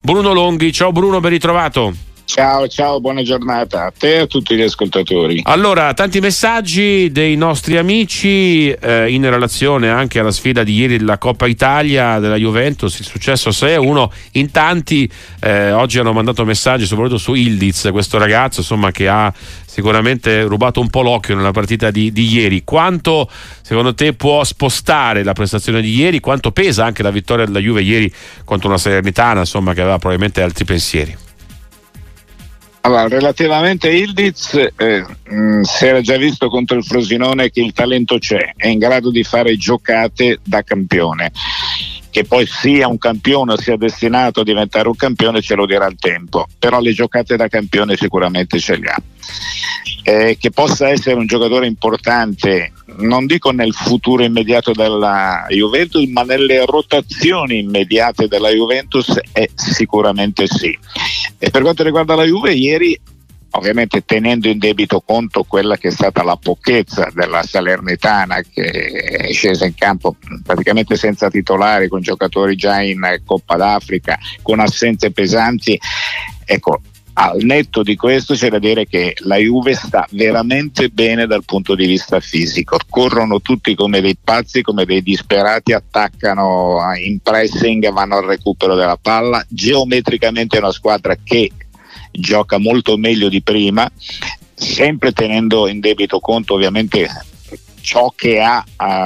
Bruno Longhi. Ciao Bruno, ben ritrovato. Ciao, buona giornata a te e a tutti gli ascoltatori. Allora, tanti messaggi dei nostri amici in relazione anche alla sfida di ieri della Coppa Italia della Juventus, il successo 6-1. In tanti oggi hanno mandato messaggi soprattutto su Ildiz, questo ragazzo insomma che ha sicuramente rubato un po' l'occhio nella partita di ieri. Quanto secondo te può spostare la prestazione di ieri? Quanto pesa anche la vittoria della Juve ieri contro una Salernitana insomma che aveva probabilmente altri pensieri? Allora, relativamente a Ildiz, si era già visto contro il Frosinone che il talento c'è, è in grado di fare giocate da campione. Che poi sia un campione o sia destinato a diventare un campione ce lo dirà il tempo, però le giocate da campione sicuramente ce le ha. Che possa essere un giocatore importante, non dico nel futuro immediato della Juventus, ma nelle rotazioni immediate della Juventus sicuramente sì. E per quanto riguarda la Juve, ieri, ovviamente tenendo in debito conto quella che è stata la pochezza della Salernitana, che è scesa in campo praticamente senza titolari, con giocatori già in Coppa d'Africa, con assenze pesanti, ecco, al netto di questo c'è da dire che la Juve sta veramente bene dal punto di vista fisico, corrono tutti come dei pazzi, come dei disperati, attaccano in pressing, vanno al recupero della palla. Geometricamente è una squadra che gioca molto meglio di prima, sempre tenendo in debito conto ovviamente ciò che ha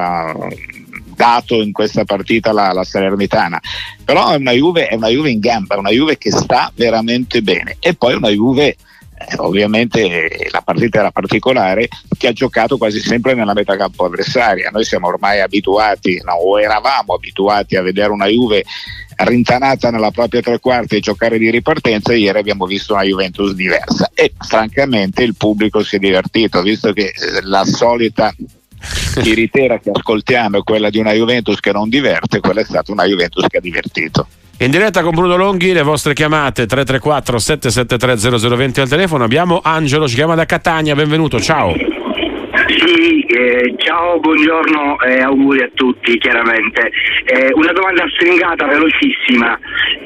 dato in questa partita la Salernitana, però è una Juve in gamba, è una Juve che sta veramente bene, e poi una Juve ovviamente la partita era particolare, che ha giocato quasi sempre nella metà campo avversaria. Noi siamo ormai abituati, o eravamo abituati a vedere una Juve rintanata nella propria tre quarti e giocare di ripartenza. Ieri abbiamo visto una Juventus diversa e francamente il pubblico si è divertito, visto che la solita tiritera che ascoltiamo è quella di una Juventus che non diverte, quella è stata una Juventus che ha divertito. In diretta con Bruno Longhi, le vostre chiamate 334 773 0020 al telefono. Abbiamo Angelo, ci chiama da Catania, benvenuto, ciao. Sì, ciao, buongiorno e auguri a tutti chiaramente. Una domanda stringata, velocissima.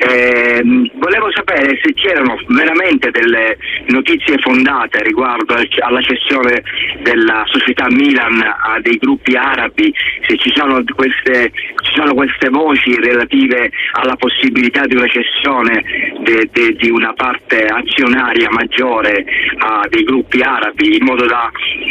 Volevo sapere se c'erano veramente delle notizie fondate riguardo alla cessione della società Milan a dei gruppi arabi, se ci sono queste voci relative alla possibilità di una cessione di una parte azionaria maggiore a dei gruppi arabi, in modo da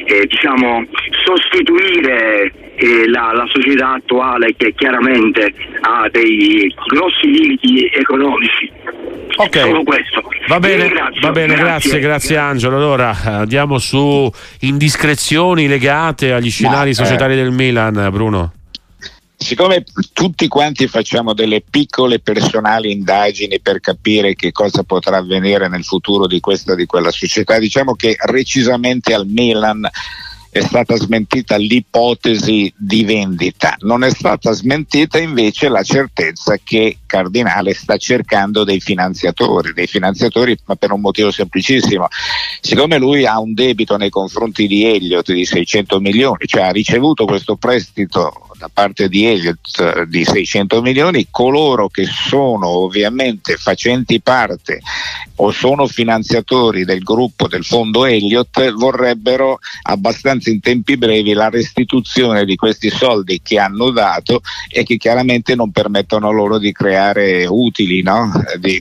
sostituire la società attuale, che chiaramente ha dei grossi limiti economici. Ok, solo questo. Va bene, grazie Angelo. Allora andiamo su indiscrezioni legate agli scenari societari del Milan, Bruno. Siccome tutti quanti facciamo delle piccole personali indagini per capire che cosa potrà avvenire nel futuro di questa o di quella società, diciamo che recisamente al Milan è stata smentita l'ipotesi di vendita, non è stata smentita invece la certezza che Cardinale sta cercando dei finanziatori, ma per un motivo semplicissimo: siccome lui ha un debito nei confronti di Elliott di 600 milioni, cioè ha ricevuto questo prestito da parte di Elliott di 600 milioni, coloro che sono ovviamente facenti parte o sono finanziatori del gruppo del fondo Elliott vorrebbero abbastanza in tempi brevi la restituzione di questi soldi che hanno dato e che chiaramente non permettono loro di creare utili, no? di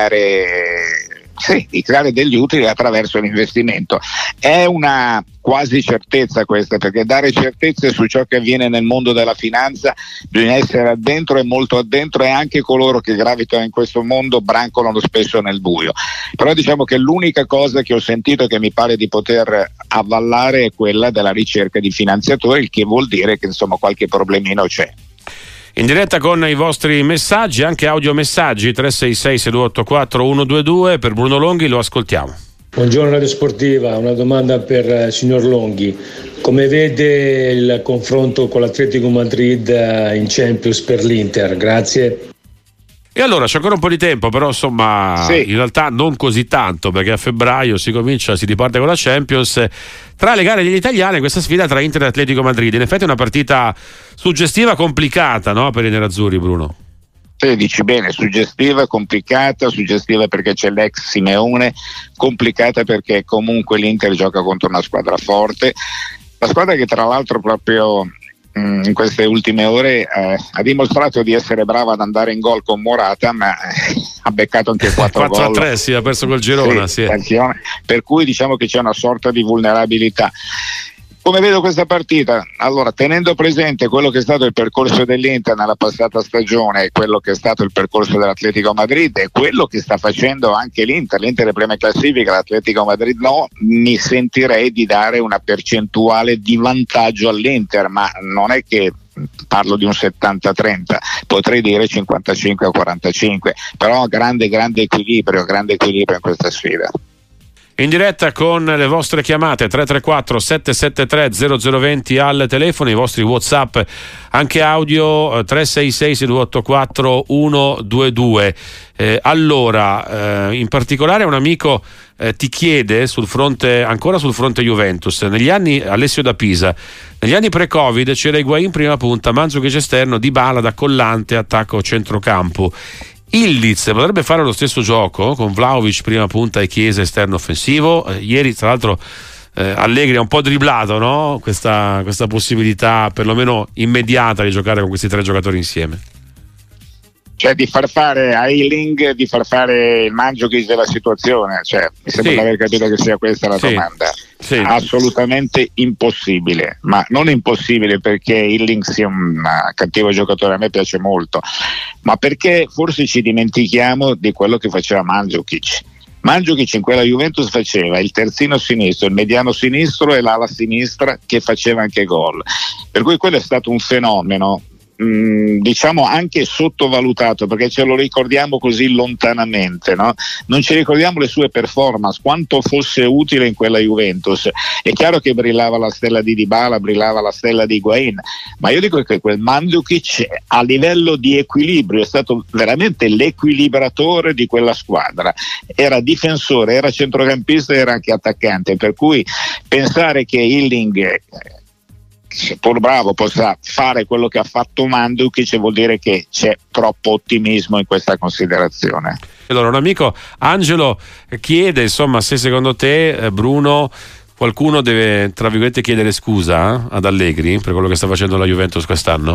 creare degli utili attraverso l'investimento. È una quasi certezza questa, perché dare certezze su ciò che avviene nel mondo della finanza bisogna essere addentro, e molto addentro, e anche coloro che gravitano in questo mondo brancolano spesso nel buio. Però diciamo che l'unica cosa che ho sentito che mi pare di poter avvallare è quella della ricerca di finanziatori, il che vuol dire che insomma qualche problemino c'è. In diretta con i vostri messaggi, anche audiomessaggi 366 6284 122 per Bruno Longhi, lo ascoltiamo. Buongiorno Radio Sportiva, una domanda per il signor Longhi: come vede il confronto con l'Atletico Madrid in Champions per l'Inter? Grazie. E allora c'è ancora un po' di tempo, però insomma in realtà non così tanto, perché a febbraio si riparte con la Champions. Tra le gare degli italiani questa sfida tra Inter e Atletico Madrid, in effetti è una partita suggestiva, complicata, no, per i nerazzurri, Bruno? Te dici bene, suggestiva, complicata, suggestiva perché c'è l'ex Simeone, complicata perché comunque l'Inter gioca contro una squadra forte, la squadra che tra l'altro proprio in queste ultime ore ha dimostrato di essere brava ad andare in gol con Morata, ma ha beccato anche 4 gol. 4-3, sì, ha perso col Girona, sì. Per cui diciamo che c'è una sorta di vulnerabilità. Come vedo questa partita? Allora, tenendo presente quello che è stato il percorso dell'Inter nella passata stagione, quello che è stato il percorso dell'Atletico Madrid e quello che sta facendo anche l'Inter è prima in classifica, l'Atletico Madrid no, mi sentirei di dare una percentuale di vantaggio all'Inter, ma non è che parlo di un 70-30, potrei dire 55-45, però grande equilibrio in questa sfida. In diretta con le vostre chiamate 334 773 0020 al telefono, i vostri WhatsApp anche audio 366 6284 122. In particolare un amico ti chiede sul fronte Juventus, negli anni, Alessio da Pisa, negli anni pre-Covid c'era Higuaín prima punta, Mandžukić esterno, Dybala da collante, attacco centrocampo. Il Leeds potrebbe fare lo stesso gioco con Vlahovic prima punta e Chiesa esterno offensivo. Ieri tra l'altro Allegri ha un po' dribblato, no? questa possibilità perlomeno immediata di giocare con questi 3 giocatori insieme. Cioè di far fare a Ayling, di far fare il Mandžukić della situazione, cioè mi sembra di aver capito che sia questa la domanda. Sì. Assolutamente impossibile, ma non impossibile perché Ayling sia un cattivo giocatore, a me piace molto, ma perché forse ci dimentichiamo di quello che faceva Mandžukić in quella Juventus faceva il terzino sinistro, il mediano sinistro e l'ala sinistra che faceva anche gol, per cui quello è stato un fenomeno diciamo anche sottovalutato, perché ce lo ricordiamo così lontanamente, no? Non ci ricordiamo le sue performance, quanto fosse utile in quella Juventus. È chiaro che brillava la stella di Dybala, brillava la stella di Higuaín, ma io dico che quel Mandžukić a livello di equilibrio è stato veramente l'equilibratore di quella squadra, era difensore, era centrocampista, era anche attaccante, per cui pensare che Ayling, seppur bravo, possa fare quello che ha fatto Mandžukić vuol dire che c'è troppo ottimismo in questa considerazione. Allora un amico, Angelo, chiede insomma se secondo te Bruno qualcuno deve tra virgolette chiedere scusa ad Allegri per quello che sta facendo la Juventus quest'anno?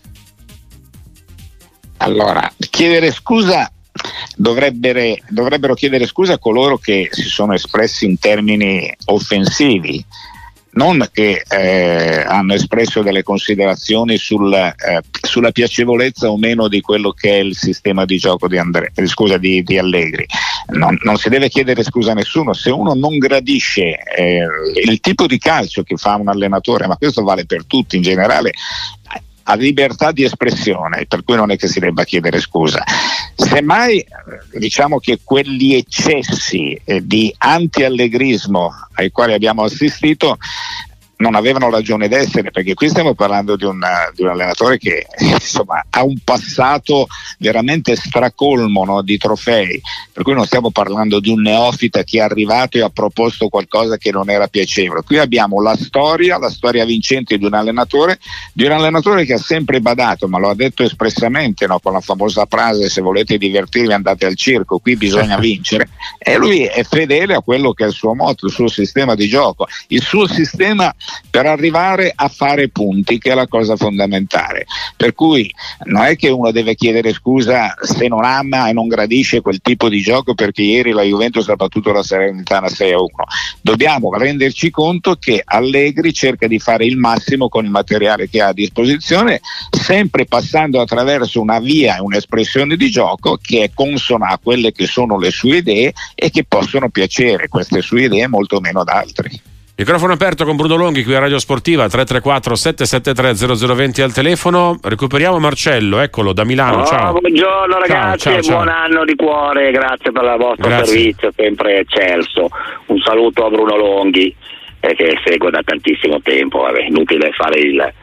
Allora, chiedere scusa dovrebbero chiedere scusa coloro che si sono espressi in termini offensivi, non che hanno espresso delle considerazioni sulla piacevolezza o meno di quello che è il sistema di gioco di Allegri. Non si deve chiedere scusa a nessuno. Se uno non gradisce il tipo di calcio che fa un allenatore, ma questo vale per tutti in generale, ha libertà di espressione, per cui non è che si debba chiedere scusa. Semmai diciamo che quegli eccessi di anti-allegrismo ai quali abbiamo assistito non avevano ragione d'essere, perché qui stiamo parlando di un allenatore che insomma ha un passato veramente stracolmo, no, di trofei, per cui non stiamo parlando di un neofita che è arrivato e ha proposto qualcosa che non era piacevole. Qui abbiamo la storia vincente di un allenatore che ha sempre badato, ma lo ha detto espressamente, no, con la famosa frase: se volete divertirvi andate al circo, qui bisogna vincere, e lui è fedele a quello che è il suo motto, il suo sistema di gioco, il suo sistema per arrivare a fare punti, che è la cosa fondamentale. Per cui non è che uno deve chiedere scusa se non ama e non gradisce quel tipo di gioco perché ieri la Juventus ha battuto la Salernitana 6-1. Dobbiamo renderci conto che Allegri cerca di fare il massimo con il materiale che ha a disposizione, sempre passando attraverso una via, un'espressione di gioco che è consona a quelle che sono le sue idee e che possono piacere queste sue idee molto meno ad altri. Microfono aperto con Bruno Longhi qui a Radio Sportiva, 334 773 0020 al telefono. Recuperiamo Marcello, eccolo, da Milano. Ciao. Buongiorno ragazzi, ciao. Buon anno di cuore, grazie per il vostro servizio sempre eccelso. Un saluto a Bruno Longhi che segue da tantissimo tempo, inutile fare il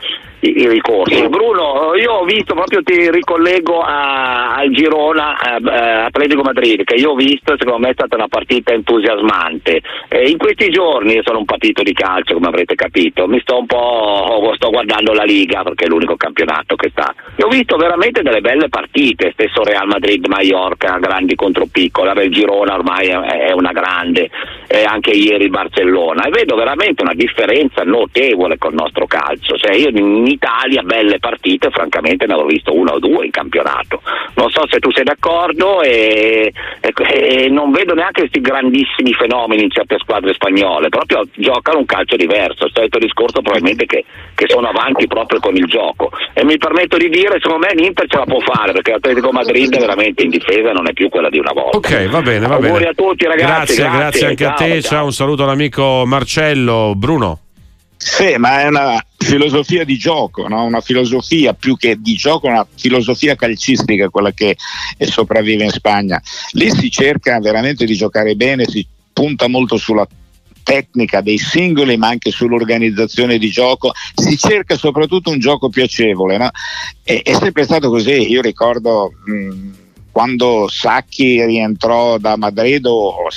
i ricorsi. Bruno, io ho visto, proprio ti ricollego al Girona Atletico Madrid, che io ho visto, secondo me è stata una partita entusiasmante. In questi giorni sono un patito di calcio, come avrete capito, sto guardando la Liga perché è l'unico campionato che sta. E ho visto veramente delle belle partite, stesso Real Madrid Mallorca, grandi contro piccole, il Girona ormai è una grande, anche ieri il Barcellona, e vedo veramente una differenza notevole col nostro calcio. Cioè io in Italia belle partite francamente ne avevo visto una o due in campionato, non so se tu sei d'accordo, e non vedo neanche questi grandissimi fenomeni in certe squadre spagnole, proprio giocano un calcio diverso, il solito discorso probabilmente che sono avanti proprio con il gioco, e mi permetto di dire, secondo me l'Inter ce la può fare, perché l'Atletico Madrid è veramente in difesa, non è più quella di una volta. Ok, va bene. Auguri a tutti ragazzi. Grazie anche a te, ciao, un saluto all'amico Marcello. Bruno? Sì, ma è una filosofia di gioco, no? Una filosofia più che di gioco, una filosofia calcistica, quella che sopravvive in Spagna. Lì si cerca veramente di giocare bene, si punta molto sulla tecnica dei singoli, ma anche sull'organizzazione di gioco, si cerca soprattutto un gioco piacevole, no? È sempre stato così. Io ricordo quando Sacchi rientrò da Madrid,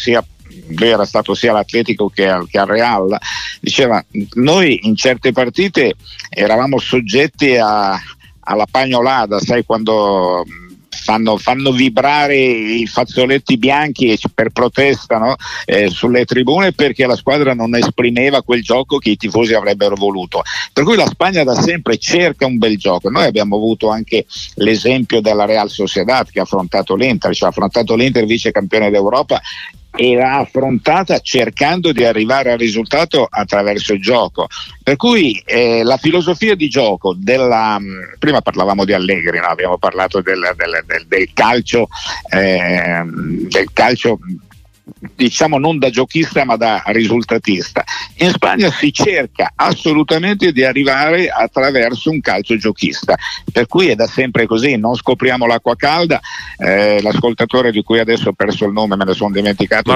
lui era stato sia all'Atletico che al Real, diceva: noi in certe partite eravamo soggetti alla pagnolada, sai, quando fanno vibrare i fazzoletti bianchi per protesta, no? Sulle tribune, perché la squadra non esprimeva quel gioco che i tifosi avrebbero voluto. Per cui la Spagna da sempre cerca un bel gioco. Noi abbiamo avuto anche l'esempio della Real Sociedad, che ha affrontato l'Inter, vice campione d'Europa, e l'ha affrontata cercando di arrivare al risultato attraverso il gioco. Per cui la filosofia di gioco prima parlavamo di Allegri, no? Abbiamo parlato del calcio, diciamo non da giochista ma da risultatista. In Spagna si cerca assolutamente di arrivare attraverso un calcio giochista, per cui è da sempre così, non scopriamo l'acqua calda. L'ascoltatore di cui adesso ho perso il nome, me ne sono dimenticato,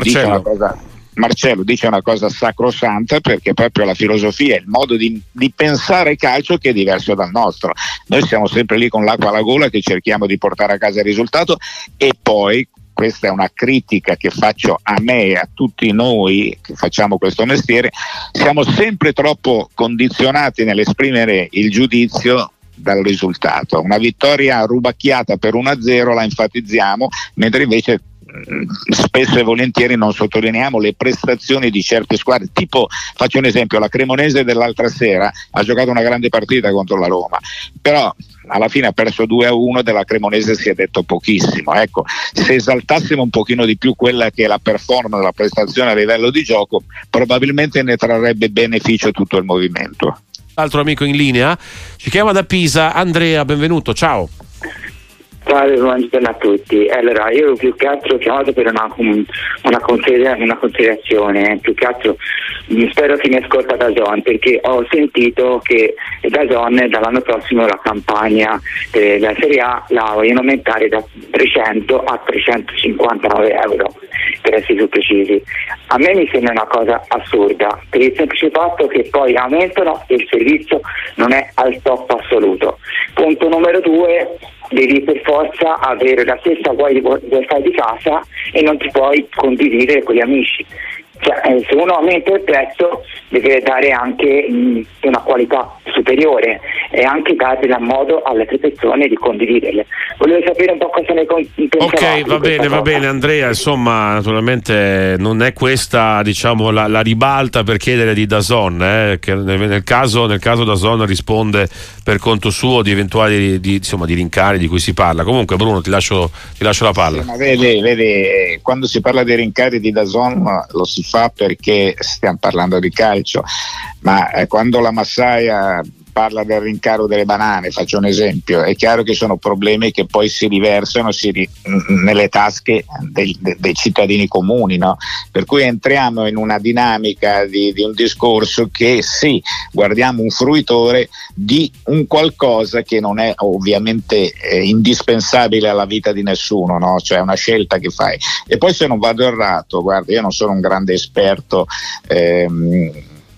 Marcello dice una cosa sacrosanta, perché proprio la filosofia, il modo di pensare calcio che è diverso dal nostro. Noi siamo sempre lì con l'acqua alla gola che cerchiamo di portare a casa il risultato, e poi questa è una critica che faccio a me e a tutti noi che facciamo questo mestiere, siamo sempre troppo condizionati nell'esprimere il giudizio dal risultato. Una vittoria rubacchiata per 1-0 la enfatizziamo, mentre invece spesso e volentieri non sottolineiamo le prestazioni di certe squadre. Tipo, faccio un esempio, la Cremonese dell'altra sera ha giocato una grande partita contro la Roma, però alla fine ha perso 2-1, della Cremonese si è detto pochissimo. Ecco, se esaltassimo un pochino di più quella che è la performance, la prestazione a livello di gioco, probabilmente ne trarrebbe beneficio tutto il movimento. Altro amico in linea ci chiama da Pisa, Andrea, benvenuto, ciao. Buongiorno a tutti. Allora, io più che altro ho chiamato per una considerazione, più che altro spero che mi ascolta DAZN, perché ho sentito che DAZN dall'anno prossimo la campagna della Serie A la vogliono aumentare da 300 a 359 euro, per essere più precisi. A me mi sembra una cosa assurda, per il semplice fatto che poi aumentano e il servizio non è al top assoluto. Punto numero 2, devi per forza avere la stessa wifi di casa e non ti puoi condividere con gli amici. Cioè, se uno aumenta il prezzo deve dare anche una qualità superiore e anche dare la modo alle altre persone di condividerle. Volevo sapere un po' cosa ne pensavate. Ok, va bene Andrea, insomma naturalmente non è questa, diciamo, la ribalta per chiedere di DAZN, che nel caso DAZN risponde per conto suo di eventuali di rincari di cui si parla. Comunque Bruno ti lascio la palla. Sì, ma vedi, quando si parla dei rincari di DAZN lo si fa perché stiamo parlando di calcio, ma quando la Massaia parla del rincaro delle banane, faccio un esempio, è chiaro che sono problemi che poi si riversano nelle tasche dei cittadini comuni, no? Per cui entriamo in una dinamica di un discorso che sì, guardiamo un fruitore di un qualcosa che non è ovviamente indispensabile alla vita di nessuno, no? Cioè è una scelta che fai. E poi, se non vado errato, guarda, io non sono un grande esperto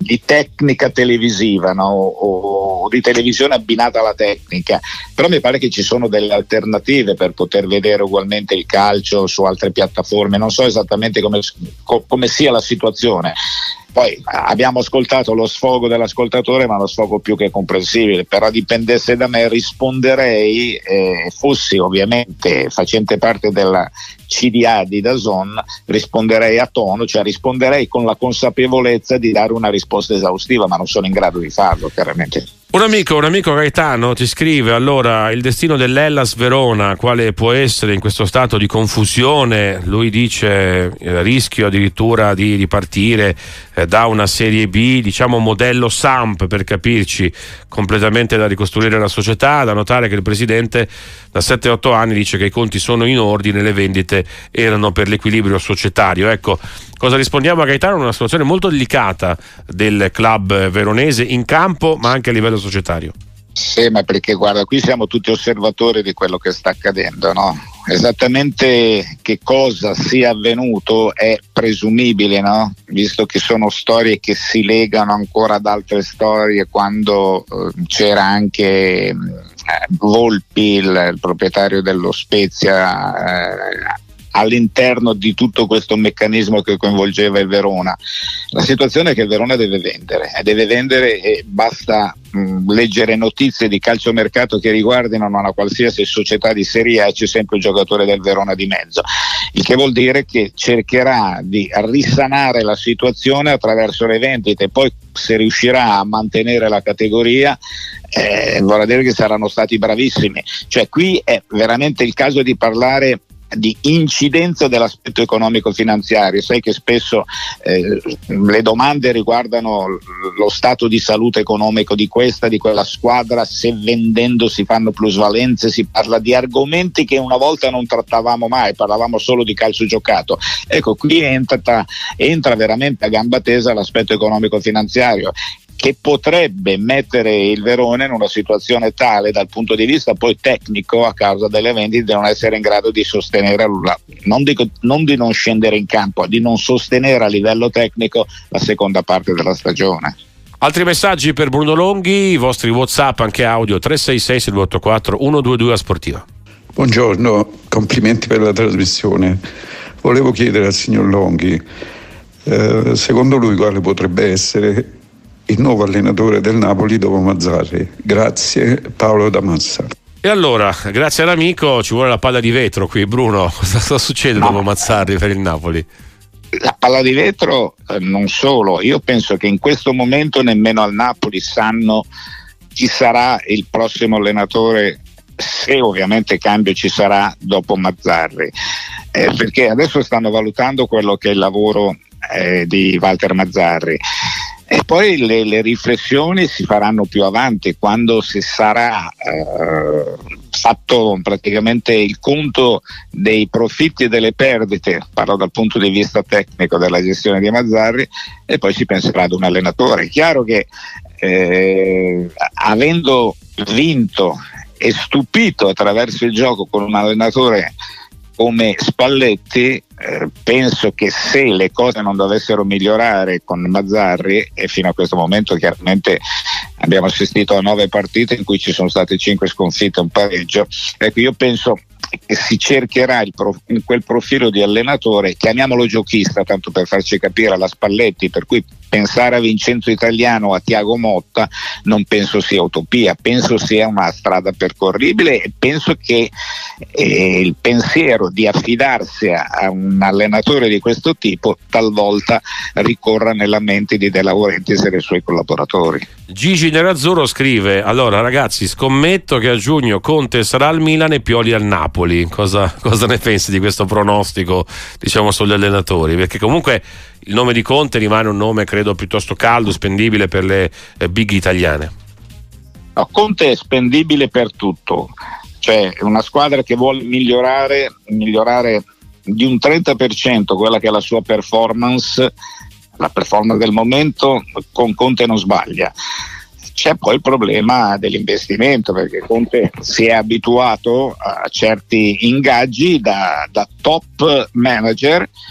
di tecnica televisiva, no? o di televisione abbinata alla tecnica, però mi pare che ci sono delle alternative per poter vedere ugualmente il calcio su altre piattaforme. Non so esattamente come sia la situazione. Poi abbiamo ascoltato lo sfogo dell'ascoltatore, ma lo sfogo più che comprensibile. Però dipendesse da me, risponderei, fossi ovviamente facente parte della CDA di DAZN, risponderei a tono, cioè risponderei con la consapevolezza di dare una risposta esaustiva, ma non sono in grado di farlo, chiaramente. Un amico Gaetano ti scrive: allora, il destino dell'Hellas Verona quale può essere in questo stato di confusione? Lui dice rischio addirittura di ripartire da una Serie B, diciamo modello Samp, per capirci, completamente da ricostruire la società. Da notare che il presidente da 7-8 anni dice che i conti sono in ordine, le vendite erano per l'equilibrio societario. Ecco, cosa rispondiamo a Gaetano? Una situazione molto delicata del club veronese in campo, ma anche a livello societario. Sì, ma perché guarda, qui siamo tutti osservatori di quello che sta accadendo, no? Esattamente che cosa sia avvenuto è presumibile, no? Visto che sono storie che si legano ancora ad altre storie, quando c'era anche Volpi, il proprietario dello Spezia, all'interno di tutto questo meccanismo che coinvolgeva il Verona. La situazione è che il Verona deve vendere e basta leggere notizie di calciomercato che riguardino una qualsiasi società di Serie A, c'è sempre il giocatore del Verona di mezzo, il che vuol dire che cercherà di risanare la situazione attraverso le vendite. Poi se riuscirà a mantenere la categoria vorrà dire che saranno stati bravissimi. Cioè qui è veramente il caso di parlare di incidenza dell'aspetto economico finanziario. Sai che spesso le domande riguardano lo stato di salute economico di questa, di quella squadra, se vendendo si fanno plusvalenze, si parla di argomenti che una volta non trattavamo mai, parlavamo solo di calcio giocato. Ecco, qui entra veramente a gamba tesa l'aspetto economico finanziario, che potrebbe mettere il Verona in una situazione tale dal punto di vista poi tecnico, a causa delle vendite, di non essere in grado di sostenere, non di non scendere in campo, di non sostenere a livello tecnico la seconda parte della stagione. Altri messaggi per Bruno Longhi, i vostri WhatsApp anche audio 366-6284-122 a Sportiva. Buongiorno, complimenti per la trasmissione. Volevo chiedere al signor Longhi, secondo lui quale potrebbe essere il nuovo allenatore del Napoli dopo Mazzarri? Grazie, Paolo da Massa. E allora, grazie all'amico, ci vuole la palla di vetro qui, Bruno. Cosa succede dopo Mazzarri per il Napoli? La palla di vetro non solo, io penso che in questo momento nemmeno al Napoli sanno chi sarà il prossimo allenatore, se ovviamente cambio ci sarà dopo Mazzarri, perché adesso stanno valutando quello che è il lavoro di Walter Mazzarri. E poi le riflessioni si faranno più avanti, quando si sarà fatto praticamente il conto dei profitti e delle perdite, parlo dal punto di vista tecnico della gestione di Mazzarri, e poi si penserà ad un allenatore. È chiaro che avendo vinto e stupito attraverso il gioco con un allenatore come Spalletti, penso che se le cose non dovessero migliorare con Mazzarri, e fino a questo momento chiaramente abbiamo assistito a 9 partite in cui ci sono state 5 sconfitte e un pareggio, ecco, io penso che si cercherà in quel profilo di allenatore, chiamiamolo giochista, tanto per farci capire, alla Spalletti, per cui pensare a Vincenzo Italiano o a Thiago Motta non penso sia utopia, penso sia una strada percorribile, e penso che il pensiero di affidarsi a un allenatore di questo tipo talvolta ricorra nella mente di De Laurentiis e dei suoi collaboratori. Gigi Nerazzurro scrive: allora ragazzi, scommetto che a giugno Conte sarà al Milan e Pioli al Napoli. Cosa ne pensi di questo pronostico, diciamo, sugli allenatori? Perché comunque il nome di Conte rimane un nome, credo, piuttosto caldo, spendibile per le big italiane. No, Conte è spendibile per tutto, cioè una squadra che vuole migliorare di un 30% quella che è la sua performance, la performance del momento, con Conte non sbaglia. C'è poi il problema dell'investimento, perché Conte si è abituato a certi ingaggi da top manager,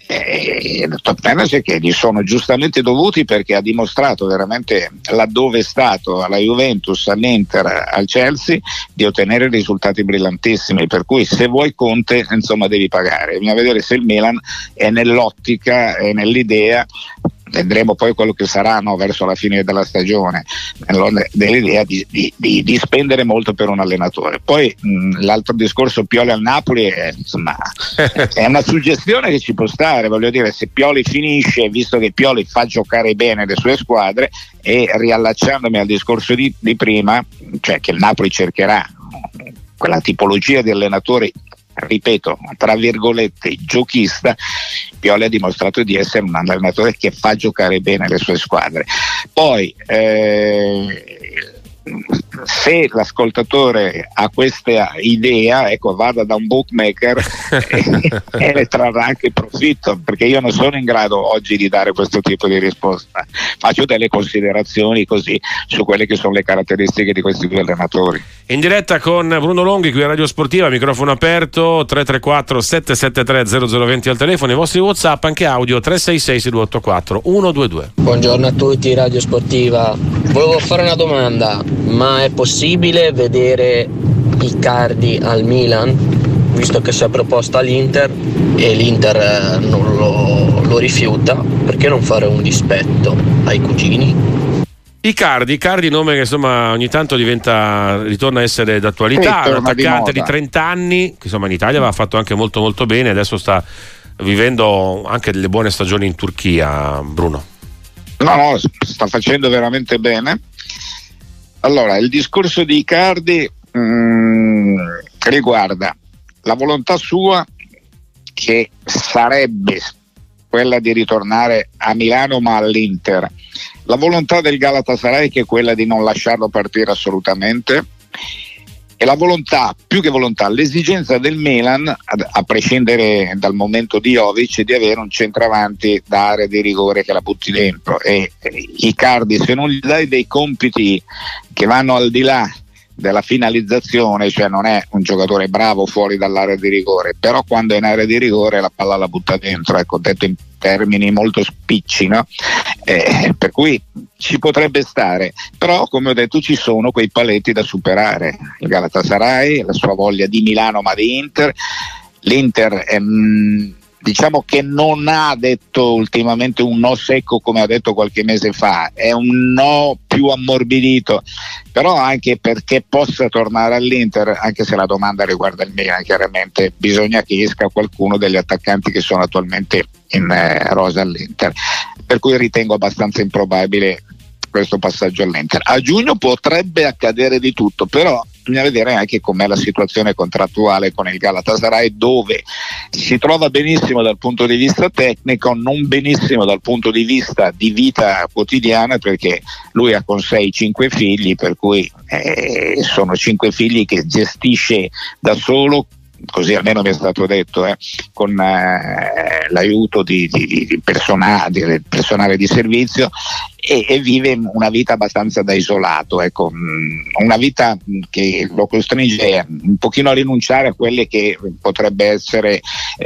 top manager che gli sono giustamente dovuti, perché ha dimostrato veramente, laddove è stato, alla Juventus, all'Inter, al Chelsea, di ottenere risultati brillantissimi, per cui se vuoi Conte, insomma, devi pagare. Bisogna vedere se il Milan è nell'ottica e nell'idea, vedremo poi quello che sarà, no, verso la fine della stagione, dell'idea di spendere molto per un allenatore. Poi l'altro discorso, Pioli al Napoli, insomma, è una suggestione che ci può stare, voglio dire, se Pioli finisce, visto che Pioli fa giocare bene le sue squadre, e riallacciandomi al discorso di prima, cioè che il Napoli cercherà quella tipologia di allenatore, ripeto, tra virgolette, giochista. Pioli ha dimostrato di essere un allenatore che fa giocare bene le sue squadre. Poi se l'ascoltatore ha questa idea, ecco, vada da un bookmaker e ne trarrà anche profitto, perché io non sono in grado oggi di dare questo tipo di risposta. Faccio delle considerazioni così su quelle che sono le caratteristiche di questi due allenatori. In diretta con Bruno Longhi qui a Radio Sportiva, microfono aperto, 334 773 0020 al telefono, i vostri WhatsApp anche audio 366 6284 122. Buongiorno a tutti, Radio Sportiva. Volevo fare una domanda: ma è possibile vedere Icardi al Milan, visto che si è proposta all'Inter e l'Inter non lo rifiuta? Perché non fare un dispetto ai cugini? Icardi, nome che insomma ogni tanto ritorna a essere d'attualità, un attaccante di 30 anni che insomma in Italia aveva fatto anche molto molto bene, adesso sta vivendo anche delle buone stagioni in Turchia, Bruno. No, sta facendo veramente bene. Allora, il discorso di Icardi riguarda la volontà sua, che sarebbe quella di ritornare a Milano ma all'Inter, la volontà del Galatasaray, che è quella di non lasciarlo partire assolutamente, e la volontà, più che volontà, l'esigenza del Milan, a prescindere dal momento di Jovic, di avere un centravanti da area di rigore che la butti dentro. E Icardi, se non gli dai dei compiti che vanno al di là della finalizzazione, cioè non è un giocatore bravo fuori dall'area di rigore, però quando è in area di rigore la palla la butta dentro, ecco, detto in termini molto spicci, no? Per cui ci potrebbe stare, però come ho detto ci sono quei paletti da superare. Il Galatasaray, la sua voglia di Milano ma di Inter. L'Inter diciamo che non ha detto ultimamente un no secco come ha detto qualche mese fa, è un no più ammorbidito, però anche perché possa tornare all'Inter, anche se la domanda riguarda il Milan, chiaramente bisogna che esca qualcuno degli attaccanti che sono attualmente in rosa all'Inter, per cui ritengo abbastanza improbabile questo passaggio all'Inter. A giugno potrebbe accadere di tutto, però bisogna vedere anche com'è la situazione contrattuale con il Galatasaray, dove si trova benissimo dal punto di vista tecnico, non benissimo dal punto di vista di vita quotidiana, perché lui ha con sé 5 figli, per cui sono 5 figli che gestisce da solo, così almeno mi è stato detto, con l'aiuto di personale di servizio, e vive una vita abbastanza da isolato, ecco, una vita che lo costringe un pochino a rinunciare a quelle che potrebbe essere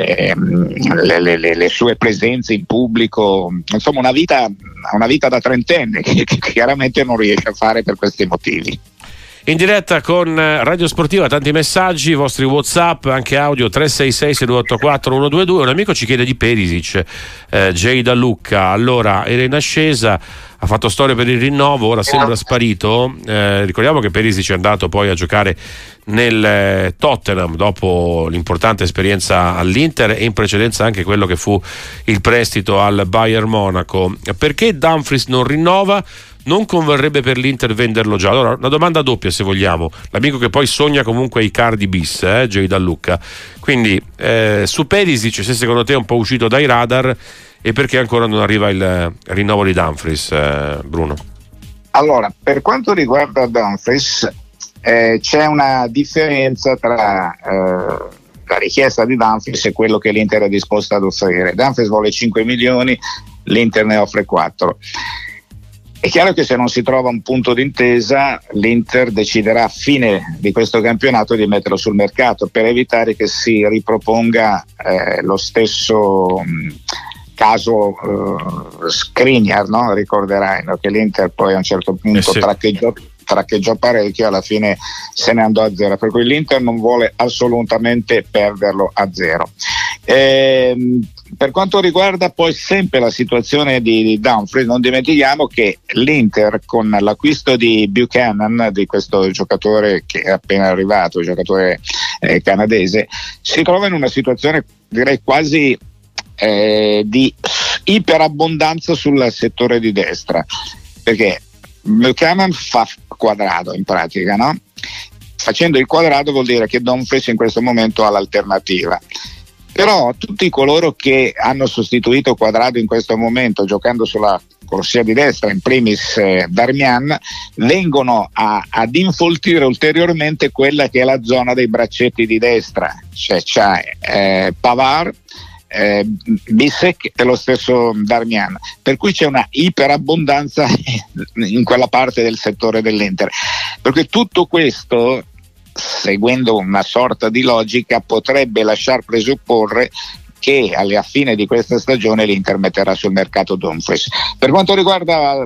le sue presenze in pubblico, insomma una vita da trentenne che chiaramente non riesce a fare per questi motivi. In diretta con Radio Sportiva, tanti messaggi, vostri WhatsApp, anche audio 366 6284 122. Un amico ci chiede di Perisic, Jay da Lucca. Allora, era in ascesa, ha fatto storia per il rinnovo, ora sembra sparito. Ricordiamo che Perisic è andato poi a giocare nel Tottenham dopo l'importante esperienza all'Inter e in precedenza anche quello che fu il prestito al Bayern Monaco. Perché Dumfries non rinnova? Non converrebbe per l'Inter venderlo già? Allora, una domanda doppia se vogliamo. L'amico che poi sogna comunque Icardi bis, Jay da Lucca. Quindi su Perisic, se secondo te è un po' uscito dai radar, e perché ancora non arriva il rinnovo di Dumfries, Bruno? Allora, per quanto riguarda Dumfries, c'è una differenza tra la richiesta di Dumfries e quello che l'Inter è disposta ad offrire. Dumfries vuole 5 milioni, l'Inter ne offre 4. È chiaro che se non si trova un punto d'intesa, l'Inter deciderà a fine di questo campionato di metterlo sul mercato per evitare che si riproponga lo stesso caso Skriniar, no? Ricorderai, no? Che l'Inter poi a un certo punto traccheggiò parecchio, alla fine se ne andò a zero, per cui l'Inter non vuole assolutamente perderlo a zero. Per quanto riguarda poi sempre la situazione di Dumfries, non dimentichiamo che l'Inter con l'acquisto di Buchanan, di questo giocatore che è appena arrivato, giocatore canadese, si trova in una situazione direi quasi di iperabbondanza sul settore di destra, perché Buchanan fa quadrato in pratica, no? Facendo il quadrato vuol dire che Dumfries in questo momento ha l'alternativa. Però tutti coloro che hanno sostituito Quadrado in questo momento giocando sulla corsia di destra, in primis Darmian, vengono ad infoltire ulteriormente quella che è la zona dei braccetti di destra, cioè c'è Pavard, Bissek e lo stesso Darmian, per cui c'è una iperabbondanza in quella parte del settore dell'Inter, perché tutto questo, seguendo una sorta di logica, potrebbe lasciar presupporre che alla fine di questa stagione l'Inter metterà sul mercato Dumfries. Per quanto riguarda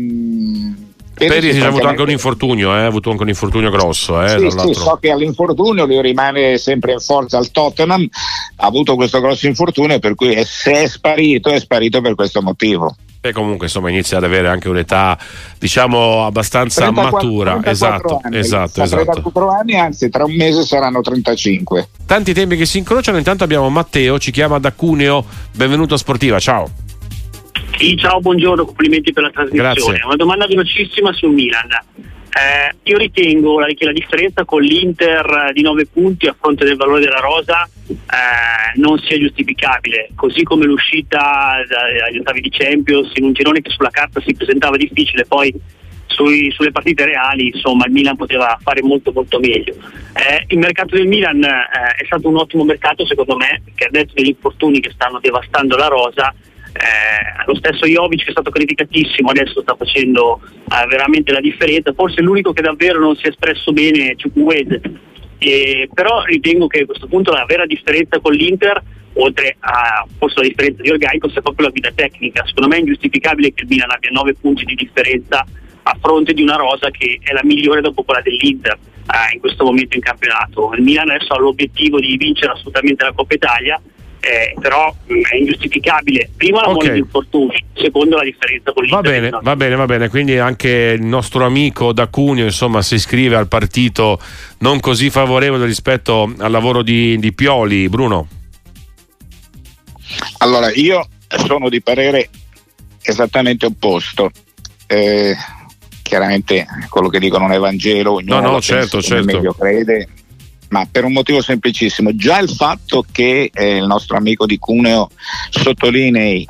Perisic ha avuto anche un infortunio, ha avuto anche un infortunio grosso. Sì, so che all'infortunio lui rimane sempre in forza al Tottenham, ha avuto questo grosso infortunio, per cui se è sparito per questo motivo. E comunque insomma inizia ad avere anche un'età diciamo abbastanza 34, matura. 34 esatto. 34 anni, anzi tra un mese saranno 35. Tanti temi che si incrociano. Intanto abbiamo Matteo, ci chiama da Cuneo, benvenuto a Sportiva, ciao. Sì, ciao, buongiorno, complimenti per la trasmissione. Grazie. Una domanda velocissima sul Milan. Io ritengo che la differenza con l'Inter di 9 punti a fronte del valore della rosa non sia giustificabile, così come l'uscita agli ottavi di Champions in un girone che sulla carta si presentava difficile, poi sulle partite reali insomma il Milan poteva fare molto molto meglio. Il mercato del Milan è stato un ottimo mercato secondo me, che ha detto degli infortuni che stanno devastando la rosa. Lo stesso Jovic, che è stato criticatissimo, adesso sta facendo veramente la differenza. Forse l'unico che davvero non si è espresso bene è Chukwueze, però ritengo che a questo punto la vera differenza con l'Inter, oltre a forse la differenza di organico, sia proprio la guida tecnica. Secondo me è ingiustificabile che il Milan abbia 9 punti di differenza a fronte di una rosa che è la migliore dopo quella dell'Inter in questo momento in campionato. Il Milan adesso ha l'obiettivo di vincere assolutamente la Coppa Italia, però è ingiustificabile prima la mole di infortuni, secondo la differenza con l'Inter. Va bene, quindi anche il nostro amico da Cuneo insomma si iscrive al partito non così favorevole rispetto al lavoro di Pioli. Bruno? Allora, io sono di parere esattamente opposto. Chiaramente quello che dico non è Vangelo, ognuno certo. meglio crede, ma per un motivo semplicissimo. Già il fatto che il nostro amico di Cuneo sottolinei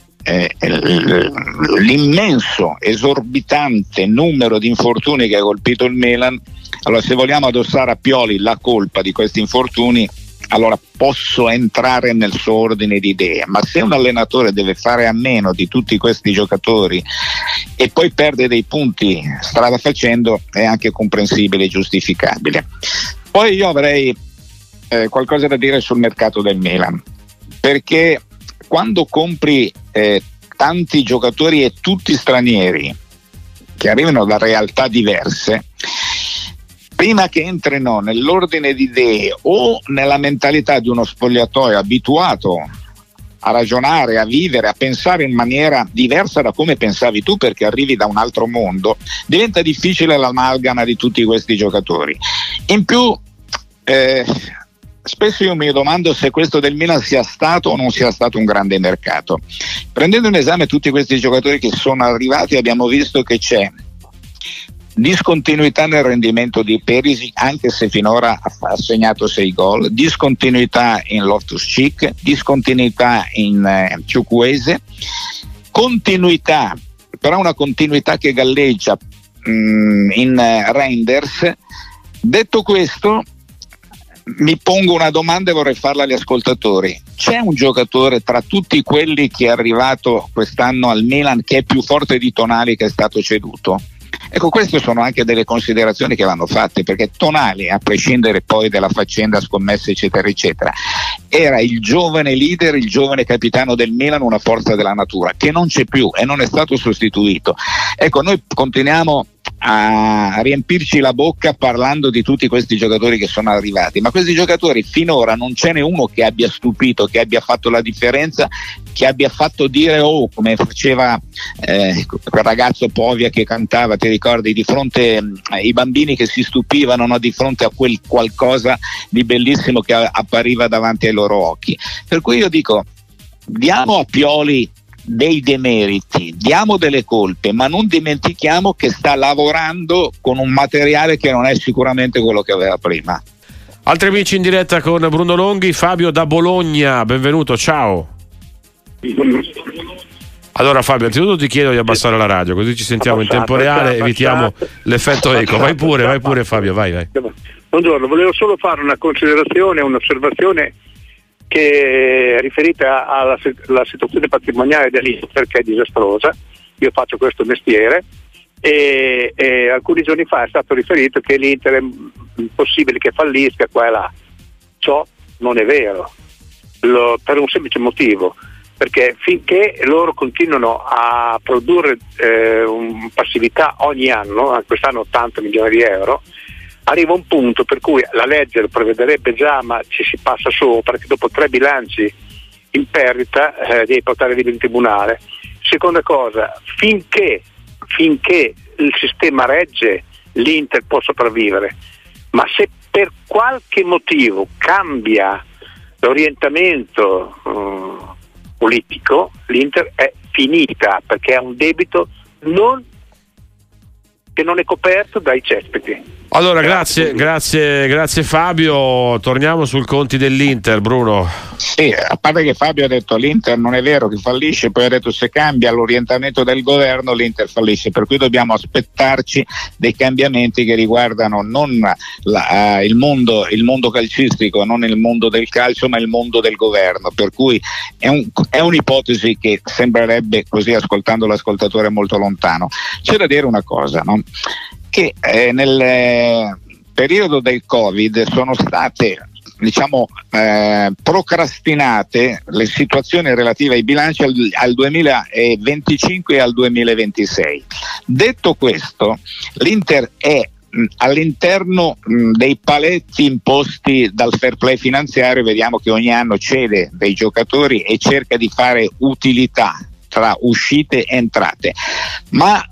l'immenso, esorbitante numero di infortuni che ha colpito il Milan, allora se vogliamo addossare a Pioli la colpa di questi infortuni, allora posso entrare nel suo ordine di idee, ma se un allenatore deve fare a meno di tutti questi giocatori e poi perde dei punti strada facendo, è anche comprensibile e giustificabile. Poi io avrei qualcosa da dire sul mercato del Milan, perché quando compri tanti giocatori e tutti stranieri che arrivano da realtà diverse, prima che entrino nell'ordine di idee o nella mentalità di uno spogliatoio abituato a ragionare, a vivere, a pensare in maniera diversa da come pensavi tu, perché arrivi da un altro mondo, diventa difficile l'amalgama di tutti questi giocatori. In più spesso io mi domando se questo del Milan sia stato o non sia stato un grande mercato. Prendendo in esame tutti questi giocatori che sono arrivati, abbiamo visto che c'è discontinuità nel rendimento di Perisic, anche se finora ha segnato 6 gol, discontinuità in Loftus-Cheek, discontinuità in Chukwueze, continuità, però una continuità che galleggia in Reinders. Detto questo, mi pongo una domanda e vorrei farla agli ascoltatori. C'è un giocatore tra tutti quelli che è arrivato quest'anno al Milan che è più forte di Tonali, che è stato ceduto? Ecco, queste sono anche delle considerazioni che vanno fatte, perché Tonali, a prescindere poi della faccenda scommesse eccetera eccetera, era il giovane leader, il giovane capitano del Milan, una forza della natura che non c'è più e non è stato sostituito. Ecco, noi continuiamo a riempirci la bocca parlando di tutti questi giocatori che sono arrivati, ma questi giocatori finora non ce n'è uno che abbia stupito, che abbia fatto la differenza, che abbia fatto dire oh, come faceva quel ragazzo Povia che cantava, ti ricordi, di fronte ai bambini che si stupivano, no? Di fronte a quel qualcosa di bellissimo che appariva davanti ai loro occhi. Per cui io dico, diamo a Pioli dei demeriti, diamo delle colpe, ma non dimentichiamo che sta lavorando con un materiale che non è sicuramente quello che aveva prima. Altri amici in diretta con Bruno Longhi. Fabio da Bologna, benvenuto, ciao. Allora Fabio, anzitutto ti chiedo di abbassare la radio, così ci sentiamo in tempo reale, evitiamo l'effetto eco. Vai pure Fabio, vai. Buongiorno, volevo solo fare una considerazione, un'osservazione che è riferita alla situazione patrimoniale dell'Inter, che è disastrosa. Io faccio questo mestiere e alcuni giorni fa è stato riferito che l'Inter è possibile che fallisca qua e là. Ciò non è vero, per un semplice motivo, perché finché loro continuano a produrre passività ogni anno, quest'anno 80 milioni di euro, arriva un punto per cui la legge lo prevederebbe già, ma ci si passa sopra, che dopo 3 bilanci in perdita devi portare liberi in tribunale. Seconda cosa, finché il sistema regge, l'Inter può sopravvivere, ma se per qualche motivo cambia l'orientamento politico, l'Inter è finita, perché ha un debito che non è coperto dai cespiti. Allora, grazie Fabio. Torniamo sul conti dell'Inter, Bruno. Sì, a parte che Fabio ha detto l'Inter non è vero che fallisce, poi ha detto se cambia l'orientamento del governo l'Inter fallisce, per cui dobbiamo aspettarci dei cambiamenti che riguardano non il mondo calcistico, non il mondo del calcio, ma il mondo del governo, per cui è un'ipotesi che sembrerebbe, così ascoltando l'ascoltatore, molto lontano. C'è da dire una cosa, no? Che nel periodo del Covid sono state procrastinate le situazioni relative ai bilanci al 2025 e al 2026. Detto questo, l'Inter è all'interno dei paletti imposti dal fair play finanziario. Vediamo che ogni anno cede dei giocatori e cerca di fare utilità tra uscite e entrate, ma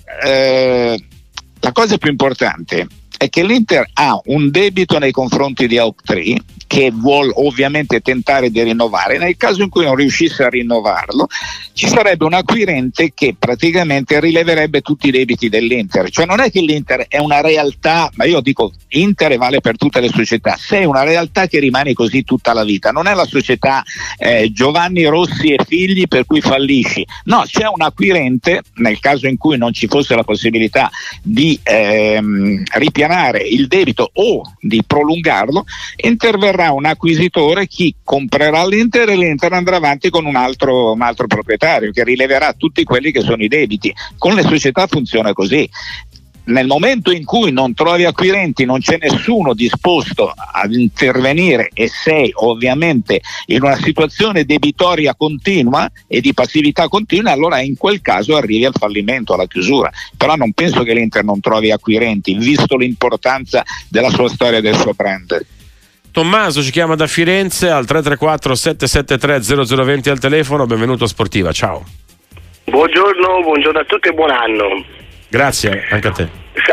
la cosa più importante è che l'Inter ha un debito nei confronti di Oaktree che vuol ovviamente tentare di rinnovare. Nel caso in cui non riuscisse a rinnovarlo, ci sarebbe un acquirente che praticamente rileverebbe tutti i debiti dell'Inter. Cioè non è che l'Inter è una realtà, ma io dico Inter vale per tutte le società, se è una realtà che rimane così tutta la vita, non è la società Giovanni Rossi e figli per cui fallisci, no, c'è un acquirente. Nel caso in cui non ci fosse la possibilità di ripianare il debito o di prolungarlo, interverrà un acquisitore, chi comprerà l'Inter, e l'Inter andrà avanti con un altro proprietario che rileverà tutti quelli che sono i debiti. Con le società funziona così. Nel momento in cui non trovi acquirenti, non c'è nessuno disposto ad intervenire e sei ovviamente in una situazione debitoria continua e di passività continua, allora in quel caso arrivi al fallimento, alla chiusura. Però non penso che l'Inter non trovi acquirenti, visto l'importanza della sua storia e del suo brand. Tommaso ci chiama da Firenze al 334 773 0020 al telefono. Benvenuto a Sportiva, ciao. Buongiorno a tutti e buon anno. Grazie, anche a te.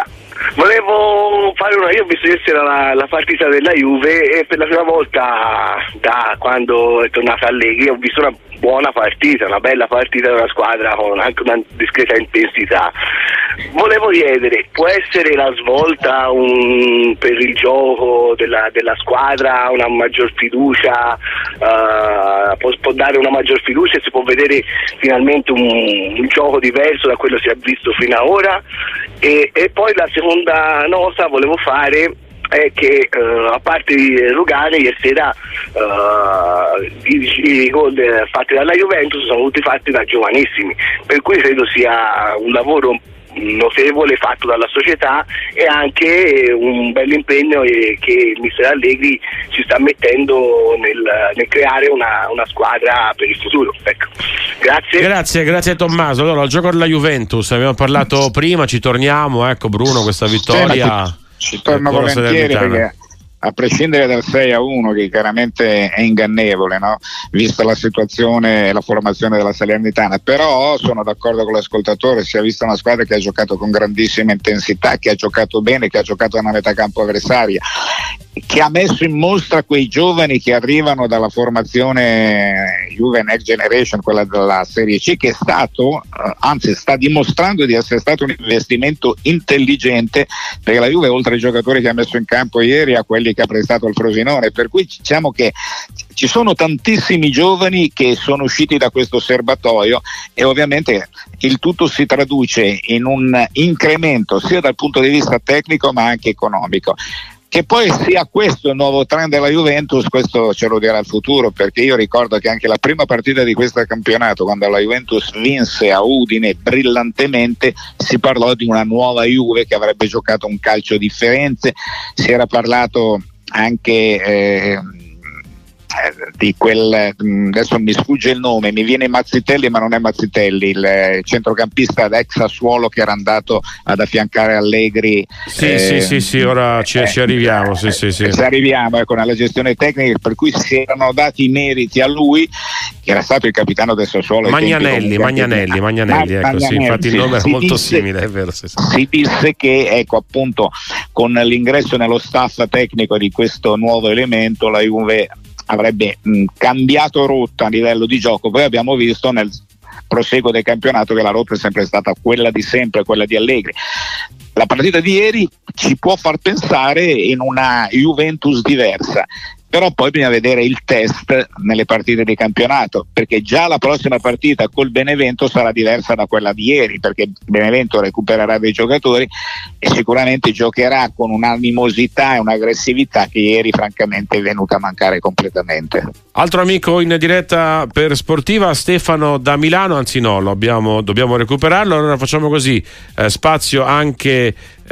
Volevo fare io ho visto ieri sera la partita della Juve e per la prima volta da quando è tornata Allegri ho visto una buona partita, una bella partita della squadra con anche una discreta intensità. Volevo chiedere, può essere la svolta per il gioco della squadra una maggior fiducia, può dare una maggior fiducia e si può vedere finalmente un gioco diverso da quello che si è visto fino ad ora? E poi la seconda nota volevo fare è che a parte Lugano ieri sera i gol fatti dalla Juventus sono tutti fatti da giovanissimi, per cui credo sia un lavoro notevole fatto dalla società e anche un bel impegno che il mister Allegri ci sta mettendo nel creare una squadra per il futuro. Ecco. Grazie Tommaso. Allora, al gioco della Juventus abbiamo parlato prima, ci torniamo, ecco Bruno, questa vittoria ci torno volentieri, perché a prescindere dal 6-1 che chiaramente è ingannevole, no? Vista la situazione e la formazione della Salernitana, però sono d'accordo con l'ascoltatore, si è vista una squadra che ha giocato con grandissima intensità, che ha giocato bene, che ha giocato nella metà campo avversaria, che ha messo in mostra quei giovani che arrivano dalla formazione Juve Next Generation, quella della Serie C, che è stato, anzi sta dimostrando di essere stato un investimento intelligente, perché la Juve oltre ai giocatori che ha messo in campo ieri a quelli che ha prestato al Frosinone, per cui diciamo che ci sono tantissimi giovani che sono usciti da questo serbatoio e ovviamente il tutto si traduce in un incremento sia dal punto di vista tecnico ma anche economico. Che poi sia questo il nuovo trend della Juventus, questo ce lo dirà il futuro, perché io ricordo che anche la prima partita di questo campionato, quando la Juventus vinse a Udine brillantemente, si parlò di una nuova Juve che avrebbe giocato un calcio differente, si era parlato anche di quel, adesso mi sfugge il nome, mi viene Mazzitelli ma non è Mazzitelli, il centrocampista da ex Sassuolo che era andato ad affiancare Allegri. Sì, ora ci arriviamo. Ci arriviamo alla gestione tecnica, per cui si erano dati i meriti a lui, che era stato il capitano del Sassuolo. Magnanelli, ecco, sì, infatti il nome era molto simile, è vero. Sì. Si disse che, ecco, appunto, con l'ingresso nello staff tecnico di questo nuovo elemento, la Juve avrebbe cambiato rotta a livello di gioco. Poi abbiamo visto nel proseguo del campionato che la rotta è sempre stata quella di sempre, quella di Allegri. La partita di ieri ci può far pensare in una Juventus diversa, però poi bisogna vedere il test nelle partite di campionato, perché già la prossima partita col Benevento sarà diversa da quella di ieri, perché il Benevento recupererà dei giocatori e sicuramente giocherà con un'animosità e un'aggressività che ieri francamente è venuta a mancare completamente. Altro amico in diretta per Sportiva, Stefano da Milano, anzi no, dobbiamo recuperarlo, allora facciamo così, spazio anche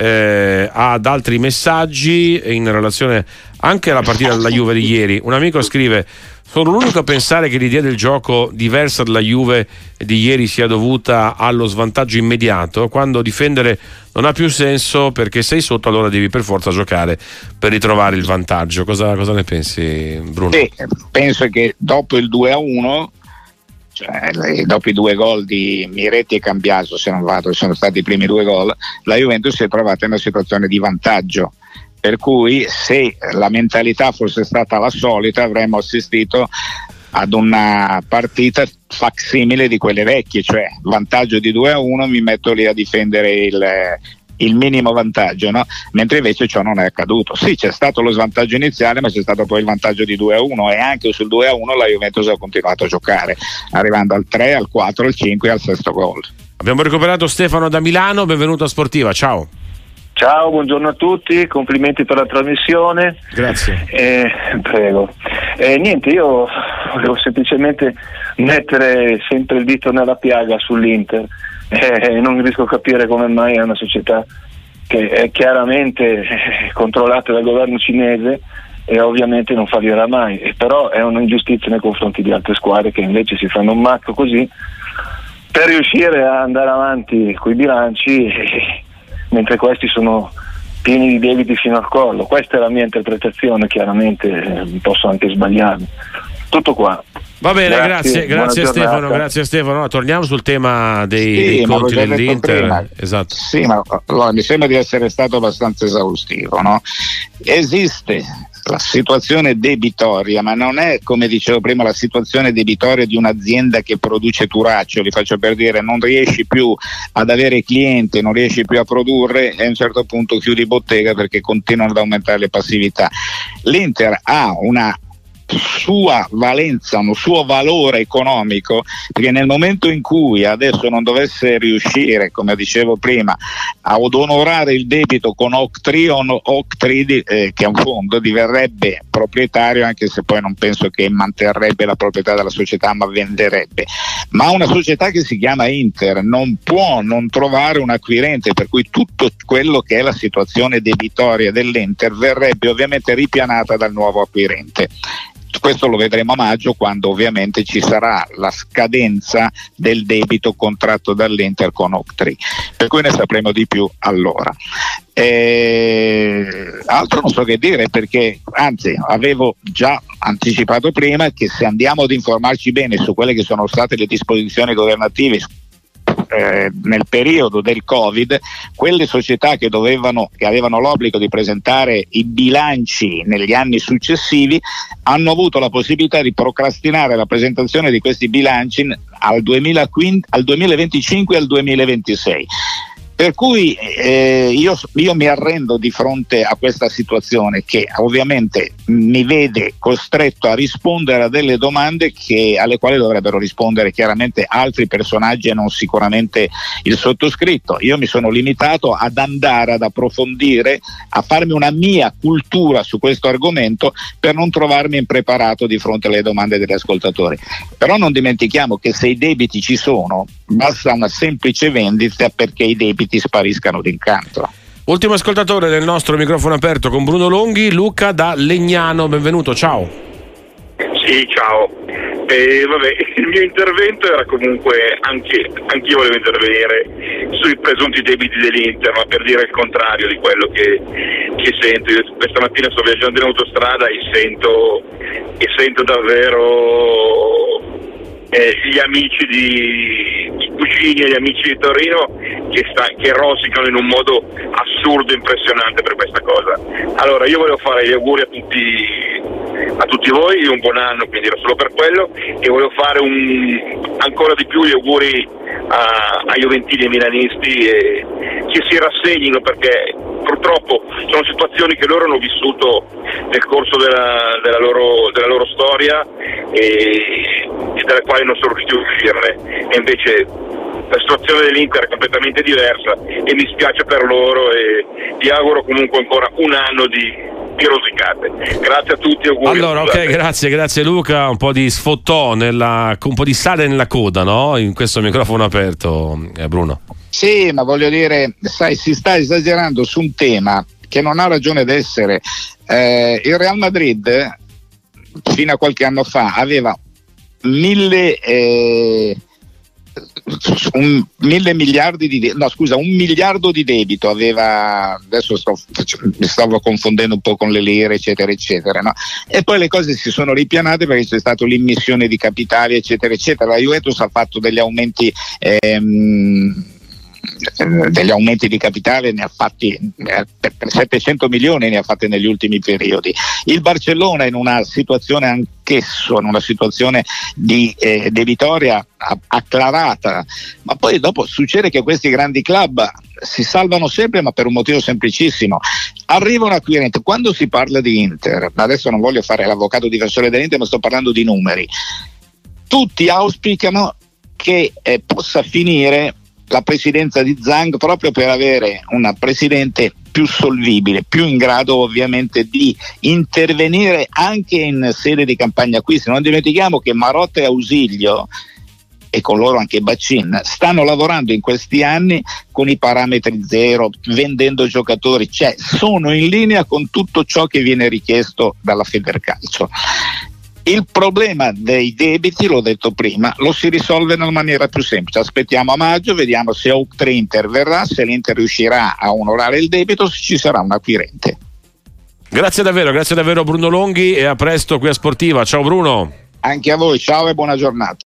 ad altri messaggi in relazione anche alla partita della Juve di ieri. Un amico scrive: sono l'unico a pensare che l'idea del gioco diversa della Juve di ieri sia dovuta allo svantaggio immediato, quando difendere non ha più senso perché sei sotto, allora devi per forza giocare per ritrovare il vantaggio. Cosa ne pensi, Bruno? Sì, penso che dopo il 2-1, cioè dopo i 2 gol di Miretti e Cambiaso, se non vado, sono stati i primi 2 gol, la Juventus si è trovata in una situazione di vantaggio, per cui se la mentalità fosse stata la solita avremmo assistito ad una partita facsimile di quelle vecchie, cioè vantaggio di 2-1, mi metto lì a difendere il minimo vantaggio, no? Mentre invece ciò non è accaduto. Sì, c'è stato lo svantaggio iniziale, ma c'è stato poi il vantaggio di 2-1 e anche sul 2-1 la Juventus ha continuato a giocare, arrivando al 3, al 4, al 5 e al 6º gol. Abbiamo recuperato Stefano da Milano, benvenuto a Sportiva, ciao. Ciao, buongiorno a tutti, complimenti per la trasmissione. Grazie. Prego. Niente, io volevo semplicemente mettere sempre il dito nella piaga sull'Inter. Non riesco a capire come mai è una società che è chiaramente controllata dal governo cinese e ovviamente non fallirà mai, però è un'ingiustizia nei confronti di altre squadre che invece si fanno un matto così per riuscire a andare avanti coi bilanci, mentre questi sono pieni di debiti fino al collo. Questa è la mia interpretazione, chiaramente posso anche sbagliarmi. Tutto qua. Va bene, grazie Stefano, grazie Stefano. No, torniamo sul tema dei conti dell'Inter. Esatto. Sì, ma mi sembra di essere stato abbastanza esaustivo, no? Esiste la situazione debitoria, ma non è, come dicevo prima, la situazione debitoria di un'azienda che produce turaccio, li faccio per dire, non riesci più ad avere clienti, non riesci più a produrre e a un certo punto chiudi bottega perché continuano ad aumentare le passività. L'Inter ha una sua valenza, un suo valore economico, perché nel momento in cui adesso non dovesse riuscire, come dicevo prima, ad onorare il debito con Oaktree, che è un fondo, diverrebbe proprietario, anche se poi non penso che manterrebbe la proprietà della società, ma venderebbe. Ma una società che si chiama Inter non può non trovare un acquirente, per cui tutto quello che è la situazione debitoria dell'Inter verrebbe ovviamente ripianata dal nuovo acquirente. Questo lo vedremo a maggio, quando ovviamente ci sarà la scadenza del debito contratto dall'Inter con Oaktree, per cui ne sapremo di più allora. Altro non so che dire, perché anzi avevo già anticipato prima che se andiamo ad informarci bene su quelle che sono state le disposizioni governative nel periodo del Covid, quelle società che avevano l'obbligo di presentare i bilanci negli anni successivi hanno avuto la possibilità di procrastinare la presentazione di questi bilanci al 2025 e al 2026. Per cui io mi arrendo di fronte a questa situazione, che ovviamente mi vede costretto a rispondere a delle domande alle quali dovrebbero rispondere chiaramente altri personaggi e non sicuramente il sottoscritto. Io mi sono limitato ad andare ad approfondire, a farmi una mia cultura su questo argomento, per non trovarmi impreparato di fronte alle domande degli ascoltatori. Però non dimentichiamo che se i debiti ci sono, basta una semplice vendita perché i debiti spariscano d'incanto. Ultimo ascoltatore del nostro microfono aperto con Bruno Longhi, Luca da Legnano, benvenuto, ciao. Sì, ciao. Il mio intervento era comunque, anch'io volevo intervenire sui presunti debiti dell'Inter, ma per dire il contrario di quello che sento. Io questa mattina sto viaggiando in autostrada e sento davvero gli amici i cugini e gli amici di Torino che rosicano in un modo assurdo, impressionante per questa cosa. Allora io volevo fare gli auguri a tutti voi di un buon anno, quindi era solo per quello, e volevo fare ancora di più gli auguri ai juventini e milanisti, che si rassegnino, perché purtroppo sono situazioni che loro hanno vissuto nel corso della loro storia e dalle quali non sono riusciti a uscirne, e invece la situazione dell'Inter è completamente diversa e mi spiace per loro, e vi auguro comunque ancora un anno di rosicate. Grazie a tutti, auguri. Allora, ok, grazie Luca, un po' di sfottò, un po' di sale nella coda, no? In questo microfono aperto, Bruno. Sì, ma voglio dire, sai, si sta esagerando su un tema che non ha ragione d'essere. Il Real Madrid fino a qualche anno fa aveva un miliardo di debito aveva, adesso mi stavo confondendo un po' con le lire eccetera eccetera, no? E poi le cose si sono ripianate perché c'è stata l'immissione di capitali eccetera eccetera. La Juventus ha fatto degli aumenti di capitale, ne ha fatti per 700 milioni, ne ha fatti negli ultimi periodi. Il Barcellona in una situazione anch'esso, in una situazione di debitoria acclarata, ma poi dopo succede che questi grandi club si salvano sempre, ma per un motivo semplicissimo: arriva un acquirente. Quando si parla di Inter, adesso non voglio fare l'avvocato difensore dell'Inter, ma sto parlando di numeri, tutti auspicano che possa finire la presidenza di Zhang, proprio per avere una presidente più solvibile, più in grado ovviamente di intervenire anche in sede di campagna acquisti. Non dimentichiamo che Marotta e Ausilio, e con loro anche Bacin, stanno lavorando in questi anni con i parametri zero, vendendo giocatori, cioè sono in linea con tutto ciò che viene richiesto dalla Federcalcio. Il problema dei debiti, l'ho detto prima, lo si risolve nella maniera più semplice. Aspettiamo a maggio, vediamo se Oaktree interverrà, se l'Inter riuscirà a onorare il debito, se ci sarà un acquirente. Grazie davvero Bruno Longhi, e a presto qui a Sportiva. Ciao Bruno. Anche a voi, ciao e buona giornata.